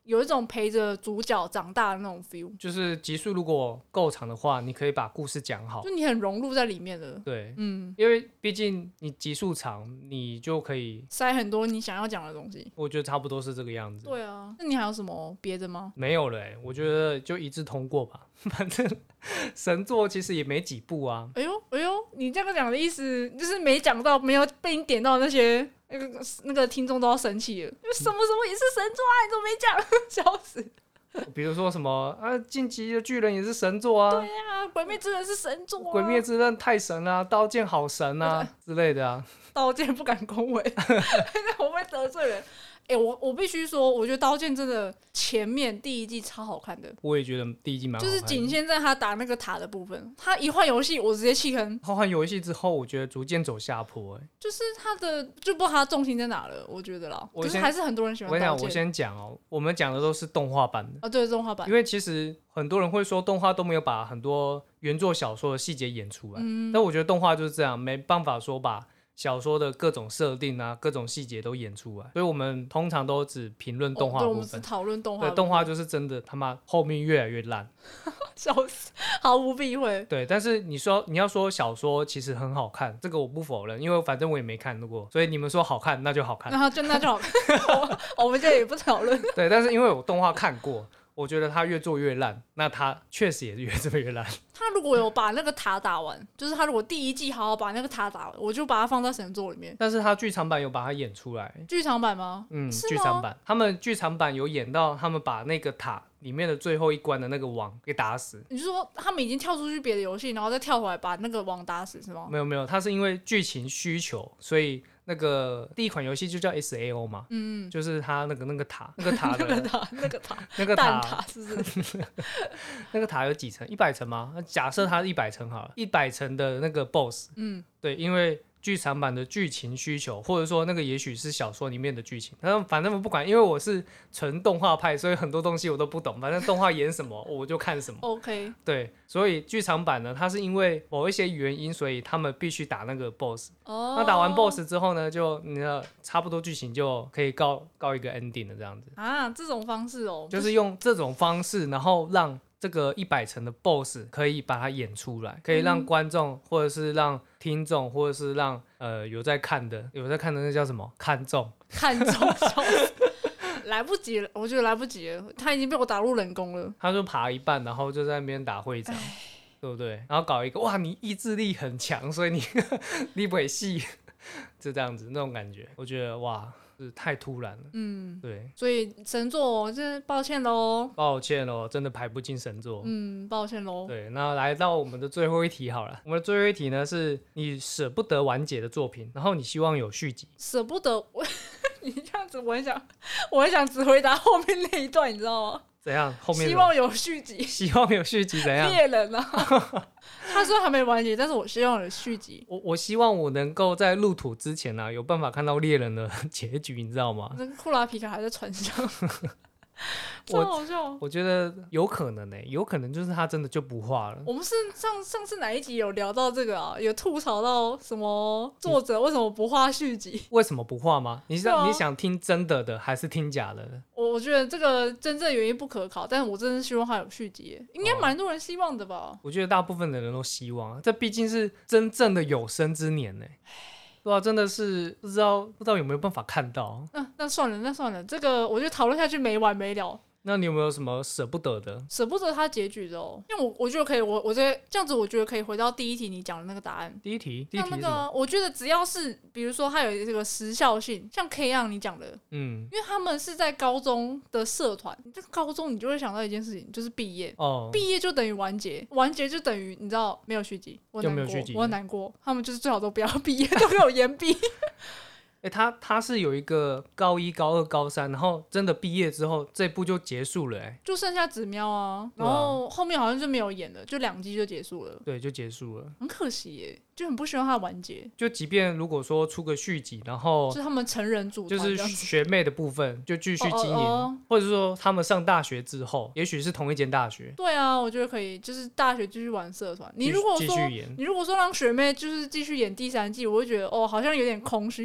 有一种陪着主角长大的那种 feel， 就是集数如果够长的话，你可以把故事讲好， 就你很融入在里面的。 对， 嗯， 因为毕竟你集数长，你就可以塞很多你想要讲的东西。 我觉得差不多是这个样子。 对啊，那你还有什么别的吗？ 没有了、欸，我觉得就一致通过吧。反正神作其实也没几部啊。 哎呦哎呦，你这样讲的意思就是没讲到，没有被你点到那些那个那个听众都要生气了。什么什么也是神作啊，你怎么没讲？笑死！ 比如说什么啊，晋级的巨人也是神作啊。 对啊，鬼灭之刃是神作啊。 鬼灭之刃太神啊，刀剑好神啊之类的啊。 刀剑不敢恭维，那我会得罪人。哎、欸，我我必须说，我觉得《刀剑》真的前面第一季超好看的。 我也觉得第一季蛮好看的， 就是仅限在他打那个塔的部分，他一换游戏，我直接弃坑。 他换游戏之后，我觉得逐渐走下坡、欸， 就是他的就不知道他重心在哪了，我觉得啦。可是还是很多人喜欢。 我跟你讲，我先讲哦、喔，我们讲的都是动画版的啊，对，动画版。 因为其实很多人会说动画都没有把很多原作小说的细节演出来，嗯，但我觉得动画就是这样，没办法说把小说的各种设定啊、各种细节都演出来，所以我们通常都只评论动画部分。 哦、对，我们只讨论动画。 对，动画就是真的他妈后面越来越烂， 笑死，毫无避讳。 对，但是你说你要说小说其实很好看，这个我不否认，因为反正我也没看过，所以你们说好看那就好看， 那就那就好看。我, 我们这也不讨论。 对，但是因为我动画看过。我觉得他越做越烂，那他确实也是越做越烂。 他如果有把那个塔打完，就是他如果第一季好好把那个塔打完，我就把它放在神作里面。 但是他剧场版有把它演出来。 剧场版吗？ 嗯，剧场版，他们剧场版有演到他们把那个塔里面的最后一关的那个网给打死。 你是说他们已经跳出去别的游戏，然后再跳回来把那个网打死是吗？ 没有没有，他是因为剧情需求，所以。那个第一款游戏就叫 S A O 嘛，嗯，就是它那个那个塔，那个塔的那个塔，那个塔， 那个塔， 蛋塔是不是？ 那个塔有几层？一百层吗？假设它一百层好了，一百层的那个 B O S S， 嗯，对，因为剧场版的剧情需求，或者说那个也许是小说里面的剧情，但反正我不管，因为我是纯动画派，所以很多东西我都不懂，反正动画演什么我就看什么。 OK， 对，所以剧场版呢，它是因为某一些原因，所以他们必须打那个 B O S S。哦，那打完 B O S S 之后呢，就你的差不多剧情就可以告告一个 ending 了，这样子。 啊，这种方式哦， 就是用这种方式，然后让这个一百层的 B O S S 可以把它演出来，可以让观众、嗯、或者是让听众或者是让呃有在看的有在看的那叫什么看中看中来不及了，我觉得来不及了，他已经被我打入冷宫了。 他就爬一半，然后就在那边打会长，对不对？然后搞一个哇，你意志力很强，所以你你不会戏，就这样子那种感觉，我觉得哇。是太突然了，嗯，对， 所以神作真的抱歉喽， 抱歉喽，真的排不进神作， 嗯，抱歉喽。 对，那来到我们的最后一题好了，我们的最后一题呢是你舍不得完结的作品，然后你希望有续集， 舍不得，我你这样子，我很想，我很想只回答后面那一段，你知道吗？ 怎样？后面希望有续集， 希望有续集怎样？ 猎人啊，他说还没完结，但是我希望有续集。 我我希望我能够在入土之前啊，有办法看到猎人的结局，你知道吗？ 那库拉皮卡还在船上。超好笑， 我觉得有可能呢、欸，有可能就是他真的就不画了。 我们是上上次哪一集有聊到这个啊？有吐槽到什么作者为什么不画续集？ 为什么不画吗？你想、啊、你想听真的的还是听假的？ 我我觉得这个真正原因不可考，但是我真的希望他有续集，应该蛮多人希望的吧、哦？ 我觉得大部分的人都希望，这毕竟是真正的有生之年呢、欸。对啊，真的是不知道不知道有没有办法看到。 那那算了，那算了，这个我觉得讨论下去没完没了。 那你有没有什么舍不得的？ 舍不得他结局的哦，因为我我觉得可以，我我觉得这样子，我觉得可以回到第一题你讲的那个答案。 第一题，第一题像那个，我觉得只要是比如说它有这个时效性，像 K 让你讲的，嗯，因为他们是在高中的社团，你在高中你就会想到一件事情，就是毕业，哦，毕业就等于完结，完结就等于你知道没有续集，我就没有续集， 我很难过，他们就是最好都不要毕业，都给我延毕。 欸、他他是有一个高一、高二、高三，然后真的毕业之后，这部就结束了、欸， 就剩下纸喵啊，然后后面好像就没有演了，就两季就结束了， 对，就结束了， 很可惜耶、欸，就很不希望它完结。 就即便如果说出个续集，然后就是他们成人组就是学妹的部分就继续经营，哦哦哦或者说他们上大学之后，也许是同一间大学。 对啊，我觉得可以，就是大学继续玩社团。你如果说你如果说让学妹就是继续演第三季，我会觉得哦，好像有点空虚，因为不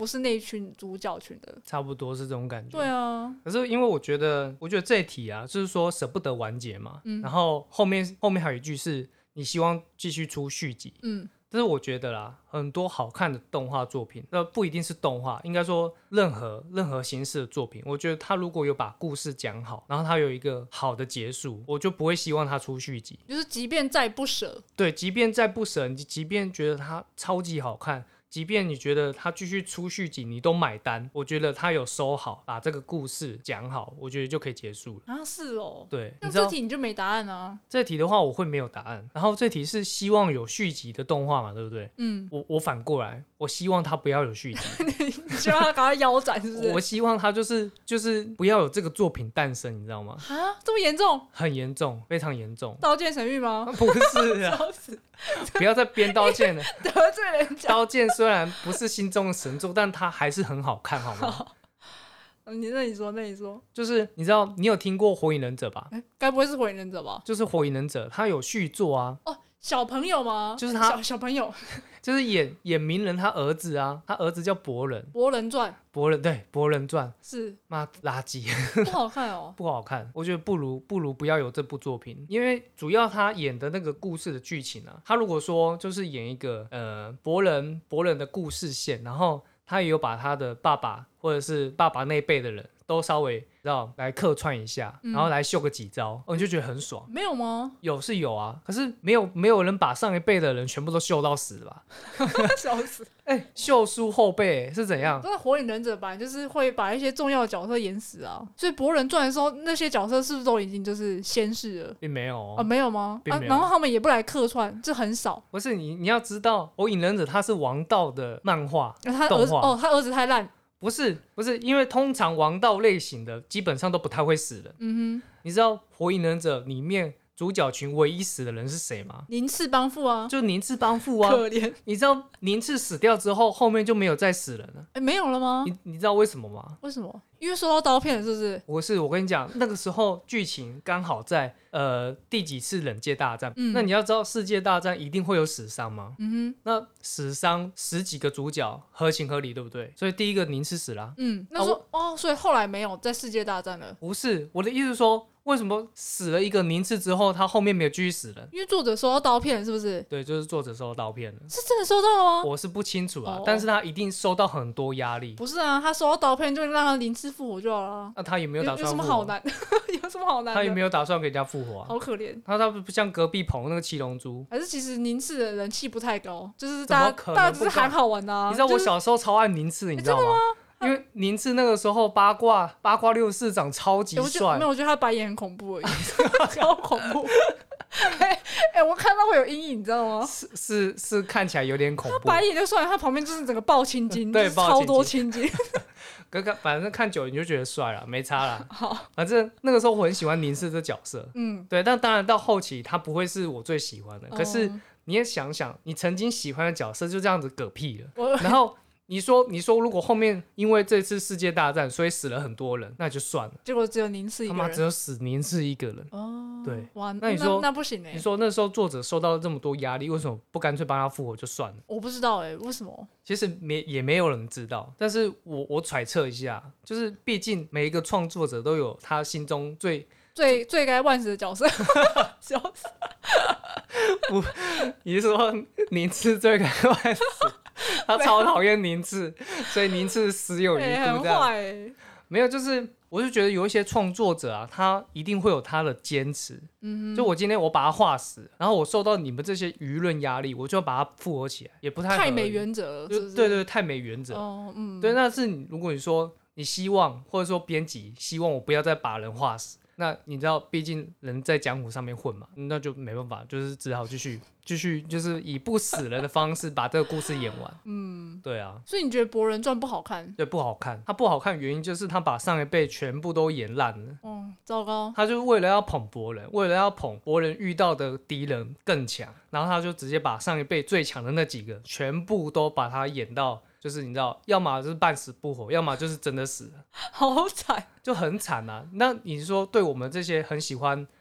是那群主角群的， 差不多是这种感觉。 对啊， 可是因为我觉得，我觉得这一题啊，就是说舍不得完结嘛，嗯、然后后面后面还有一句是你希望继续出续集，嗯。但是我觉得啦，很多好看的动画作品，那不一定是动画，应该说任何任何形式的作品，我觉得他如果有把故事讲好，然后他有一个好的结束，我就不会希望他出续集。 就是即便再不舍， 对，即便再不舍，你即便觉得他超级好看，即便你觉得他继续出续集你都买单，我觉得他有收好，把这个故事讲好，我觉得就可以结束了。 啊，是哦， 对， 那这题你就没答案啊。 这题的话我会没有答案，然后这题是希望有续集的动画嘛，对不对？嗯，我我反过来，我希望他不要有续集。 你希望他赶快腰斩是不是？ 我希望他就是就是不要有这个作品诞生，你知道吗？ 啊，这么严重？ 很严重，非常严重。 刀剑神域吗？ 不是啊，不要再编刀剑了， 得罪人家。 刀剑虽然不是心中的神作，但它还是很好看，好吗？ 你那你说，那你说， 就是你知道，你有听过《火影忍者》吧？ 该不会是《火影忍者》吧？ 就是《火影忍者》，他有续作啊。 哦，小朋友吗？ 就是他小小朋友， 就是演演鸣人他儿子啊，他儿子叫博人。 博人传。 博人对，博人传是妈垃圾， 不好看哦， 不好看。我觉得不如不如不要有这部作品，因为主要他演的那个故事的剧情啊，他如果说就是演一个呃博人博人的故事线，然后他也有把他的爸爸或者是爸爸那一辈的人都稍微知道来客串一下，嗯、然后来秀个几招，哦，你就觉得很爽。 没有吗？ 有是有啊，可是没有没有人把上一辈的人全部都秀到死吧？ 笑死！ 哎、欸，秀书后辈是怎样？ 真的火影忍者版就是会把一些重要的角色演死啊，所以博人传的时候，那些角色是不是都已经就是仙逝了？ 并没有哦， 啊，没有吗？ 并没有、 啊。然后他们也不来客串，这很少。 不是你你要知道，火影忍者他是王道的漫画， 他儿子哦，他儿子太烂。 不是不是，因为通常王道类型的基本上都不太会死人。嗯哼，你知道火影忍者里面主角群唯一死的人是谁吗？ 宁次帮父啊， 就宁次帮父啊， 可怜。 你知道宁次死掉之后，后面就没有再死人了。 哎，没有了吗？ 你你知道为什么吗？ 为什么？因为收到刀片了，是不是？ 不是，我跟你讲，那个时候剧情刚好在呃第几次忍界大战、嗯，那你要知道世界大战一定会有死伤吗？嗯哼，那死伤十几个主角合情合理，对不对？所以第一个宁次死了。 嗯，那说、啊、哦，所以后来没有在世界大战了。 不是，我的意思是说，为什么死了一个宁次之后，他后面没有继续死人？ 因为作者收到刀片了，是不是？ 对，就是作者收到刀片了。 是真的收到了吗？ 我是不清楚啊， 哦、 但是他一定收到很多压力。 不是啊，他收到刀片就让他宁次复活就好了。 那、啊、他也没有打算有, 有什么好难？有什么好难？ 他也没有打算给人家复活啊， 好可怜。 他他不像隔壁棚那个七龙珠， 还是其实宁次的人气不太高，就是大家大家只是喊好玩的、啊。 你知道我小时候超爱宁次，你知道吗？ 欸、 因为宁次那个时候八卦八卦六四长超级帅、 欸，没有，我觉得他白眼很恐怖而已，超恐怖。哎、欸欸，我看到会有阴影，你知道吗？ 是是是，看起来有点恐怖。 他白眼就算了，他旁边就是整个爆青筋， 对， 就是、超多青筋。 可看，反正看久了你就觉得帅了，没差啦。好，反正那个时候我很喜欢宁次这角色，嗯，对。但当然到后期他不会是我最喜欢的，可是你也想想，你曾经喜欢的角色就这样子嗝屁了，然后。你说，你说，如果后面因为这次世界大战，所以死了很多人，那就算了。 结果只有宁次一个人， 他妈只有死宁次一个人。哦，对， 哇， 那你说那, 那不行哎、欸。 你说那时候作者受到这么多压力，为什么不干脆帮他复活就算了？ 我不知道哎、欸，为什么？ 其实没也没有人知道，但是我我揣测一下，就是毕竟每一个创作者都有他心中最最最该万死的角色，笑死。 不，你是说宁次最该万死？他超讨厌宁次，所以宁次死有余辜这样。 欸、很坏欸、 没有，就是我就觉得有一些创作者啊，他一定会有他的坚持。嗯，就我今天我把他画死，然后我受到你们这些舆论压力，我就要把他复活起来，也不太太没原则了，是不是？ 对对，太没原则。 哦，嗯， 对，那是你如果你说你希望，或者说编辑希望我不要再把人画死。那你知道，毕竟人在江湖上面混嘛，那就没办法，就是只好继续继续，就是以不死人的方式把这个故事演完。嗯，对啊。 所以你觉得《博人传》不好看？ 对，不好看。它不好看原因就是他把上一辈全部都演烂了。 哦，糟糕。 他就为了要捧博人，为了要捧博人遇到的敌人更强，然后他就直接把上一辈最强的那几个全部都把他演到。就是你知道，要么就是半死不活，要么就是真的死了， 好惨， 就很惨啊。那你说，对我们这些很喜欢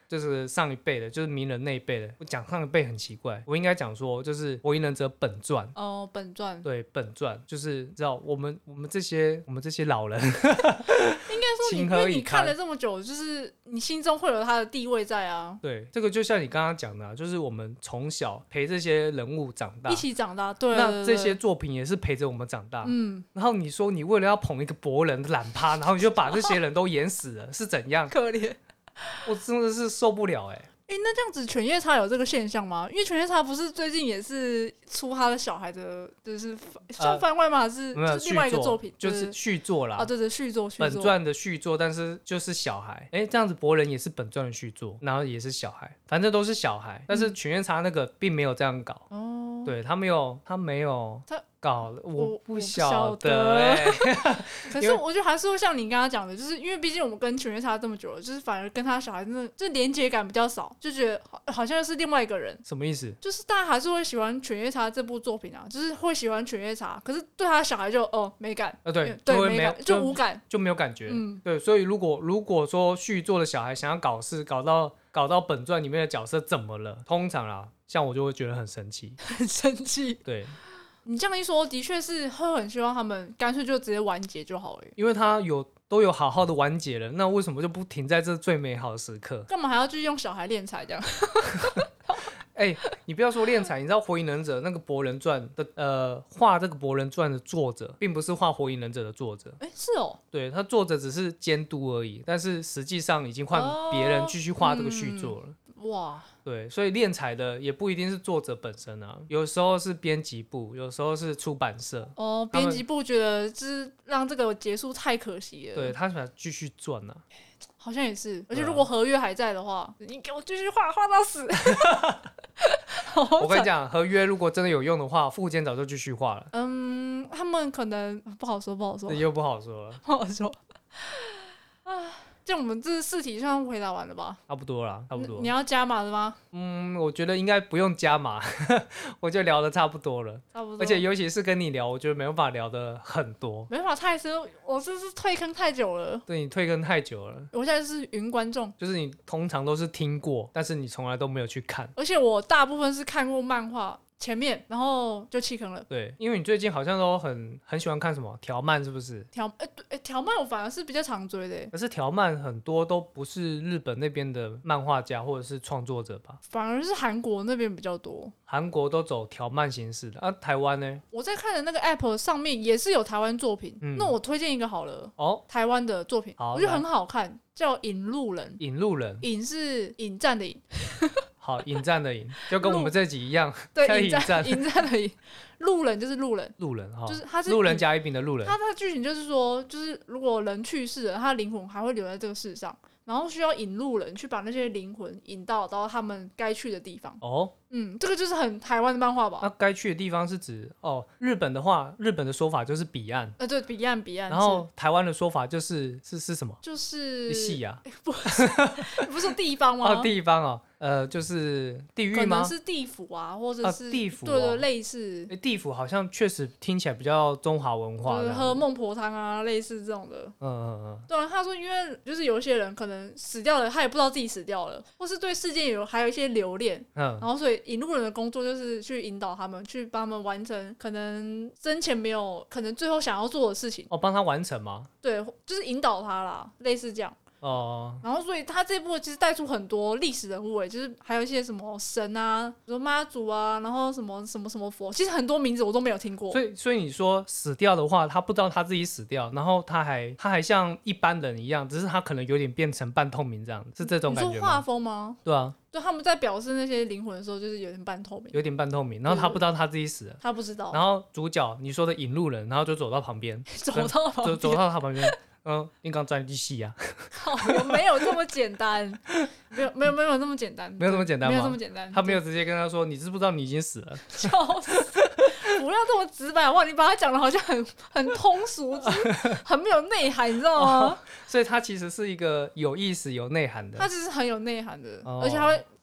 就是上一辈的，就是名人那一辈的。我讲上一辈很奇怪，我应该讲说就是《火影忍者》本传哦，本传对本传，就是知道我们我们这些我们这些老人， 应该说你因为你看看了这么久，就是你心中会有他的地位在啊。 对，这个就像你刚刚讲的、啊，就是我们从小陪这些人物长大， 一起长大，对， 那这些作品也是陪着我们长大。 嗯， 然后你说你为了要捧一个博人的懒趴，然后你就把这些人都演死了，是怎样？ 可怜。 我真的是受不了哎、欸！ 哎、欸，那这样子犬夜叉有这个现象吗？因为犬夜叉不是最近也是出他的小孩的，就是算番外吗？还是、 呃、 就是另外一个作品， 就是续作啦。 啊，对对，续作，续作本传的续作，但是就是小孩。哎、欸，这样子博人也是本传的续作，然后也是小孩，反正都是小孩。但是犬夜叉那个并没有这样搞。哦、嗯，对他没有，他没有。他搞了，我不晓得哎、欸。 可是我觉得还是会像你刚刚讲的，就是因为毕竟我们跟犬夜叉这么久了，就是反而跟他小孩真的就连结感比较少，就觉得好好像是另外一个人。 什么意思？ 就是大家还是会喜欢犬夜叉这部作品啊，就是会喜欢犬夜叉，可是对他小孩就哦没感啊，对对就没感就无感就没有感觉。 嗯， 对，所以如果如果说续作的小孩想要搞事，搞到搞到本传里面的角色怎么了？通常啦，像我就会觉得很生气， 很生气。 对。 你这样一说，的确是会很希望他们干脆就直接完结就好了， 因为他有都有好好的完结了，那为什么就不停在这最美好的时刻？ 干嘛还要继续用小孩敛财这样？ 哎、欸，你不要说敛财，你知道《火影忍者》那个《博人传》的呃画这个《博人传》的作者，并不是画《火影忍者》的作者。 哎、欸，是哦， 对，他作者只是监督而已，但是实际上已经换别人继续画这个续作了。 哦嗯、哇， 对，所以敛财的也不一定是作者本身啊，有时候是编辑部，有时候是出版社。 哦，编辑部觉得就是让这个结束太可惜了， 对他想继续赚啊。 好像也是，而且如果合约还在的话，啊、你给我继续画，画到死。 我跟你讲，合约如果真的有用的话，富坚早就继续画了。 嗯，他们可能不好说，不好说， 又不好说了， 不好说。啊，这样我们这四题上回答完了吧？ 差不多啦，差不多。 你要加码的吗？ 嗯，我觉得应该不用加码，我就聊得差不多了。 差不多。 而且尤其是跟你聊，我觉得没办法聊得很多， 没办法太深，我这是退坑太久了。 对，你退坑太久了。 我现在是云观众， 就是你通常都是听过，但是你从来都没有去看。 而且我大部分是看过漫画前面，然后就弃坑了。 对，因为你最近好像都很很喜欢看什么条漫，是不是？ 条哎哎条漫我反而是比较常追的， 可是条漫很多都不是日本那边的漫画家或者是创作者吧？ 反而是韩国那边比较多。 韩国都走条漫形式的啊，台湾呢？ 我在看的那个 app 上面也是有台湾作品，嗯、那我推荐一个好了哦，台湾的作品，我觉得很好看，叫《引路人》。 引路人， 引是引战的引。 好，引战的引，就跟我们这集一样， 对， 引战， 引战的引，路人就是路人， 路人哈， 就是他是路人甲乙丙的路人。 他的剧情就是说，就是如果人去世了，他的灵魂还会留在这个世上，然后需要引路人去把那些灵魂引到到他们该去的地方。 哦， 嗯，这个就是很台湾的漫画吧？ 那该去的地方是指哦，日本的话，日本的说法就是彼岸。 呃，对，彼岸，彼岸。 然后台湾的说法就是是是什么？ 就是系呀， 不是，不是地方吗？ 哦，地方哦。呃，就是地狱吗？ 可能是地府啊，或者是、 啊、地府、哦， 对对，类似。 欸、地府好像确实听起来比较中华文化， 就是喝孟婆汤啊，类似这种的。 嗯嗯嗯。 对啊，他说，因为就是有一些人可能死掉了，他也不知道自己死掉了，或是对世界有还有一些留恋，嗯，然后所以引路人的工作就是去引导他们，去帮他们完成可能生前没有，可能最后想要做的事情。 哦，帮他完成吗？ 对，就是引导他啦，类似这样。哦，然后所以他这部其实带出很多历史人物，就是还有一些什么神啊，比如妈祖啊，然后什么什么什么佛，其实很多名字我都没有听过。 所以，所以你说死掉的话，他不知道他自己死掉，然后他还他还像一般人一样，只是他可能有点变成半透明这样，是这种感觉吗？ 你说画风吗？ 对啊， 对，他们在表示那些灵魂的时候，就是有点半透明， 有点半透明，然后他不知道他自己死了， 他不知道。 然后主角你说的引路人，然后就走到旁边， 走到旁边， 走走到他旁边。嗯，你刚钻进去呀？ 我没有这么简单，没有没有没有这么简单， 没有这么简单吗？ 没有这么简单。 他没有直接跟他说，你知不知道你已经死了？ 笑死！不要这么直白哇！你把他讲的好像很很通俗，就是很没有内涵，你知道吗？ 哦，所以他其实是一个有意思、有内涵的。 他其实很有内涵的， 哦， 而且他会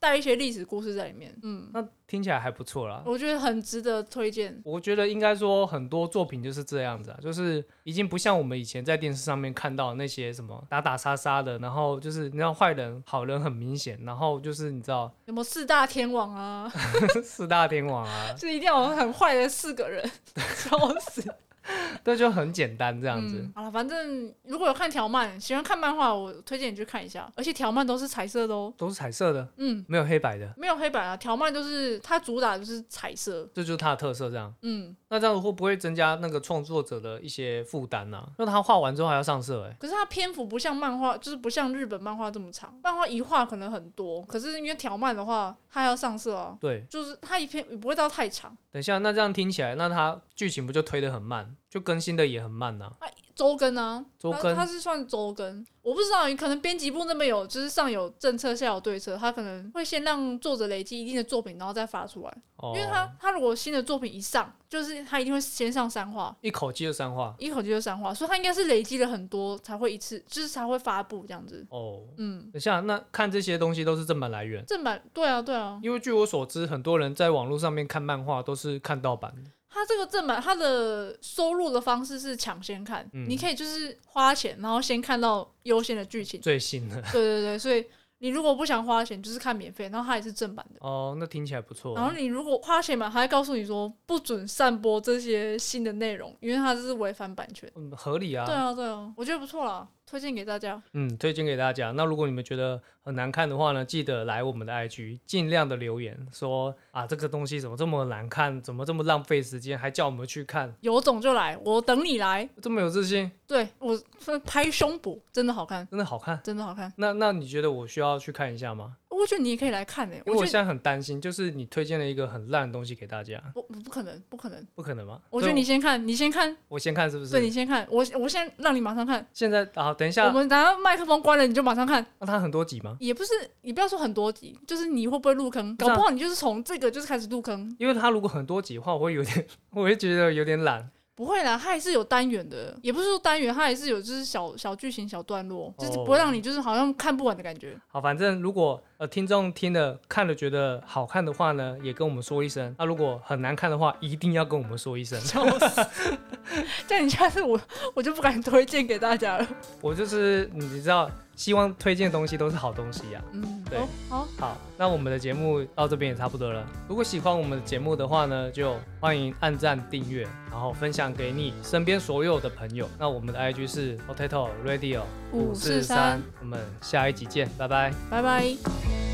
带一些历史故事在里面。嗯， 那听起来还不错啦， 我觉得很值得推荐。 我觉得应该说很多作品就是这样子啊，就是已经不像我们以前在电视上面看到的那些什么打打杀杀的，然后就是你知道坏人好人很明显，然后就是你知道有没有四大天王啊？ 四大天王啊， 就一定要有很坏的四个人，笑死。 这就很简单这样子。 嗯、好了，反正如果有看条漫，喜欢看漫画，我推荐你去看一下。而且条漫都是彩色的哦， 都是彩色的， 嗯， 没有黑白的， 没有黑白啊。条漫就是它主打就是彩色， 这就是它的特色。这样， 嗯， 那这样会不会增加那个创作者的一些负担呢？那他画完之后还要上色、欸，哎， 可是它篇幅不像漫画，就是不像日本漫画这么长。漫画一画可能很多，可是因为条漫的话，它要上色啊， 对， 就是它一篇也不会到太长。 等一下，那这样听起来，那它剧情不就推得很慢，就更新的也很慢呐、啊？ 周更啊， 周更， 它是算周更，我不知道，可能编辑部那边有，就是上有政策下有对策，他可能会先让作者累积一定的作品，然后再发出来。 哦、 因为他他如果新的作品一上，就是他一定会先上三话， 一口气就三话， 一口气就三话，所以他应该是累积了很多才会一次，就是才会发布这样子。 哦， 嗯， 等一下，那看这些东西都是正版来源？ 正版，对啊，对啊。 因为据我所知，很多人在网络上面看漫画都是看盗版的。 他这个正版，他的收入的方式是抢先看、嗯，你可以就是花钱，然后先看到优先的剧情， 最新的。 对对对，所以你如果不想花钱，就是看免费，然后它也是正版的。 哦，那听起来不错。 然后你如果花钱买，他会告诉你说不准散播这些新的内容，因为它这是违反版权。 嗯，合理啊。 对啊，对啊，我觉得不错啦，推荐给大家。 嗯，推荐给大家。那如果你们觉得很难看的话呢，记得来我们的 I G， 尽量的留言说啊，这个东西怎么这么难看，怎么这么浪费时间，还叫我们去看。 有种就来，我等你来。 这么有自信？ 对，我拍胸脯，真的好看， 真的好看， 真的好看。 那那你觉得我需要去看一下吗？ 我觉得你也可以来看诶、欸， 因为我现在很担心，就是你推荐了一个很烂的东西给大家。 不不可能，不可能， 不可能吗？ 我觉得你先看，你先看， 我先看是不是？ 对，你先看，我我先让你马上看。 现在啊，等一下， 我们等下麦克风关了，你就马上看。 那它很多集吗？ 也不是，你不要说很多集，就是你会不会入坑？搞不好你就是从这个就是开始入坑。 因为它如果很多集的话，我会有点，我会觉得有点懒。 不会啦，它还是有单元的，也不是说单元，它还是有就是小小剧情、小段落，就是不会让你就是好像看不完的感觉。 好，反正如果呃听众听了看了觉得好看的话呢，也跟我们说一声。那如果很难看的话，一定要跟我们说一声。 笑死！这样你下次我我就不敢推荐给大家了。 我就是你知道，希望推荐的东西都是好东西呀、啊。 嗯， 对， 哦、好， 好，那我们的节目到这边也差不多了。如果喜欢我们的节目的话呢，就欢迎按赞、订阅，然后分享给你身边所有的朋友。那我们的 I G 是 Potato Radio 五四三， 我们下一集见，拜拜， 拜拜。